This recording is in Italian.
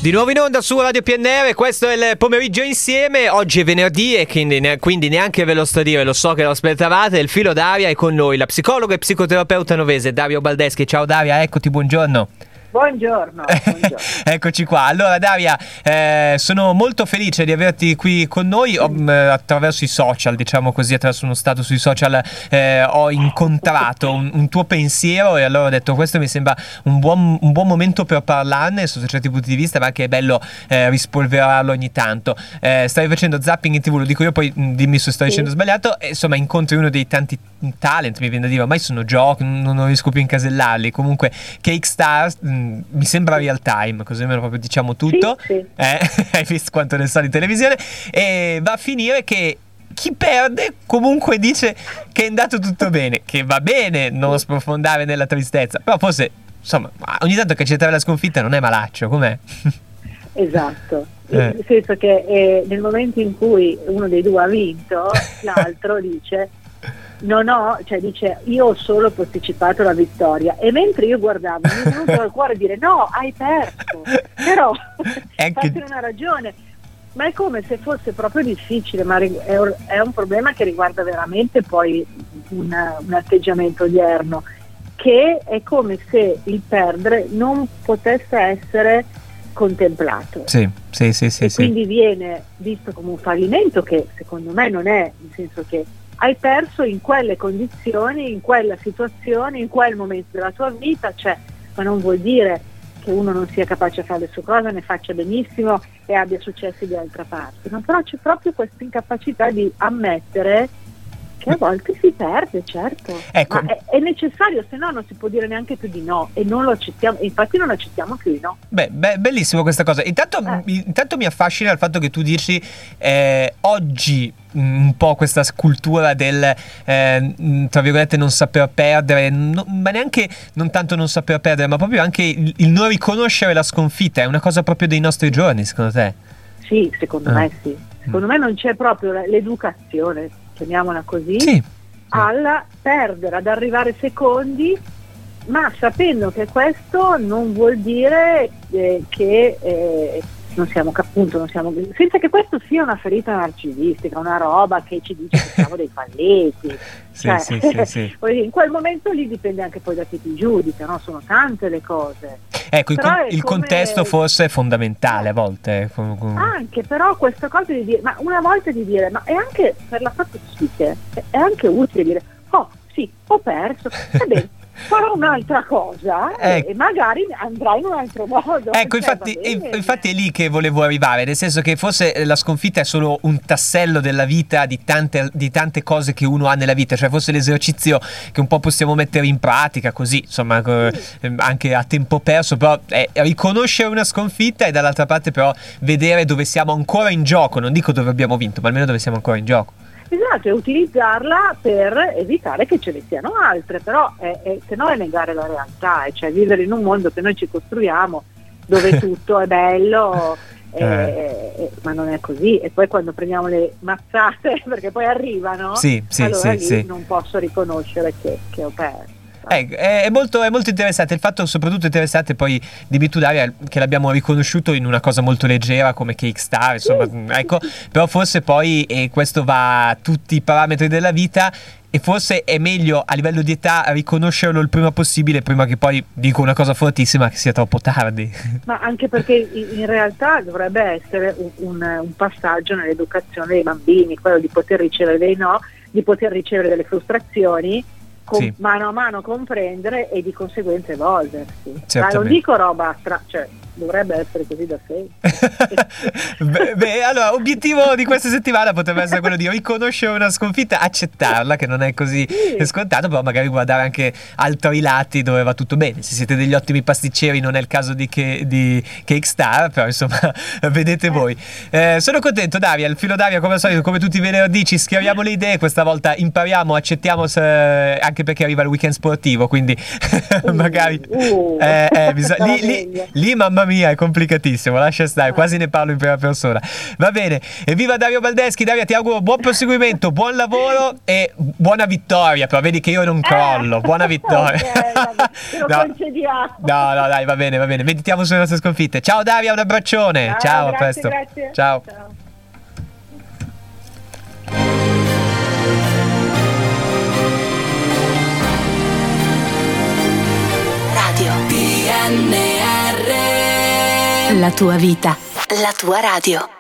Di nuovo in onda su Radio PNR, questo è il pomeriggio insieme. Oggi è venerdì e quindi neanche ve lo sto a dire, lo so che lo aspettavate. Il filo Daria è con noi, la psicologa e psicoterapeuta novese Daria Baldeschi. Ciao Daria, eccoti, buongiorno. Buongiorno. Eccoci qua. Allora Daria, sono molto felice di averti qui con noi. Attraverso i social, diciamo così, attraverso uno stato sui social ho incontrato un tuo pensiero e allora ho detto questo mi sembra un buon momento per parlarne sotto certi punti di vista, ma anche è bello rispolverarlo ogni tanto. Stavi facendo zapping in TV, lo dico io, poi dimmi se sto dicendo sbagliato. Insomma, incontri uno dei tanti talent, mi viene da dire, ormai sono giochi, non riesco più a incasellarli. Comunque Cake Stars, mi sembra real time, così almeno proprio diciamo tutto. Sì. Hai visto quanto ne so di televisione. E va a finire che chi perde comunque dice che è andato tutto bene, che va bene non sprofondare nella tristezza, però forse insomma ogni tanto che accettare la sconfitta non è malaccio, com'è? Esatto, nel senso che nel momento in cui uno dei due ha vinto, l'altro dice dice io ho solo posticipato la vittoria, e mentre io guardavo mi è venuto al cuore dire no, hai perso, però non ha ragione, ma è come se fosse proprio difficile, ma è un problema che riguarda veramente poi un atteggiamento odierno, che è come se il perdere non potesse essere contemplato. Sì. Quindi viene visto come un fallimento, che secondo me non è, nel senso che hai perso in quelle condizioni, in quella situazione, in quel momento della tua vita, ma non vuol dire che uno non sia capace a fare le sue cose, ne faccia benissimo e abbia successi di altra parte, no? Però c'è proprio questa incapacità di ammettere che a volte si perde, certo, ecco. Ma è necessario, se no non si può dire neanche più di no, e non lo accettiamo, infatti non accettiamo più di no. Bellissimo questa cosa. Intanto mi affascina il fatto che tu dici oggi un po' questa cultura del tra virgolette non saper perdere, ma neanche non tanto non saper perdere, ma proprio anche il non riconoscere la sconfitta, è una cosa proprio dei nostri giorni, secondo te? Sì, secondo me sì. Secondo me non c'è proprio l'educazione, chiamiamola così, al perdere, ad arrivare secondi, ma sapendo che questo non vuol dire che non siamo, senza che questo sia una ferita narcisistica, una roba che ci dice che siamo dei falletti. Sì. In quel momento lì dipende anche poi da chi ti giudica, no? Sono tante le cose. Ecco, il contesto forse è fondamentale a volte. Anche, però questa cosa di dire, ma una volta di dire, ma è anche per la propria psiche, è anche utile dire, oh sì, ho perso, va bene, farò un'altra cosa e magari andrà in un altro modo. Ecco, infatti è lì che volevo arrivare, nel senso che forse la sconfitta è solo un tassello della vita, di tante cose che uno ha nella vita, cioè forse l'esercizio che un po' possiamo mettere in pratica così, insomma, anche a tempo perso, però è riconoscere una sconfitta e dall'altra parte però vedere dove siamo ancora in gioco, non dico dove abbiamo vinto, ma almeno dove siamo ancora in gioco. Esatto, e utilizzarla per evitare che ce ne siano altre, però se no è negare la realtà, cioè vivere in un mondo che noi ci costruiamo, dove tutto è bello, ma non è così, e poi quando prendiamo le mazzate, perché poi arrivano, non posso riconoscere che ho perso. È molto interessante il fatto, soprattutto interessante poi di tu Daria, che l'abbiamo riconosciuto in una cosa molto leggera come Cake Star, insomma, ecco, però forse poi questo va a tutti i parametri della vita e forse è meglio a livello di età riconoscerlo il prima possibile, prima che poi dico una cosa fortissima che sia troppo tardi. Ma anche perché in realtà dovrebbe essere un passaggio nell'educazione dei bambini, quello di poter ricevere dei no, di poter ricevere delle frustrazioni, mano a mano comprendere e di conseguenza evolversi. Ma non dico roba dovrebbe essere così da sempre. Allora, obiettivo di questa settimana potrebbe essere quello di riconoscere una sconfitta, accettarla, che non è così scontato, però magari guardare anche altri lati dove va tutto bene. Se siete degli ottimi pasticceri non è il caso di Cake Star, però insomma vedete voi. Sono contento, Daria, il filo Daria come al solito, come tutti i venerdì ci schiariamo le idee, questa volta impariamo, accettiamo, anche perché arriva il weekend sportivo, quindi magari lì mamma mia, è complicatissimo, lascia stare, quasi ne parlo in prima persona. Va bene, evviva Dario Baldeschi. Daria, ti auguro buon proseguimento, buon lavoro e buona vittoria, però vedi che io non crollo. Buona vittoria. Te lo concediamo. No, dai, va bene, meditiamo sulle nostre sconfitte. Ciao Daria, un abbraccione. Ciao, a presto. Grazie. Ciao. Radio PNR. La tua vita, la tua radio.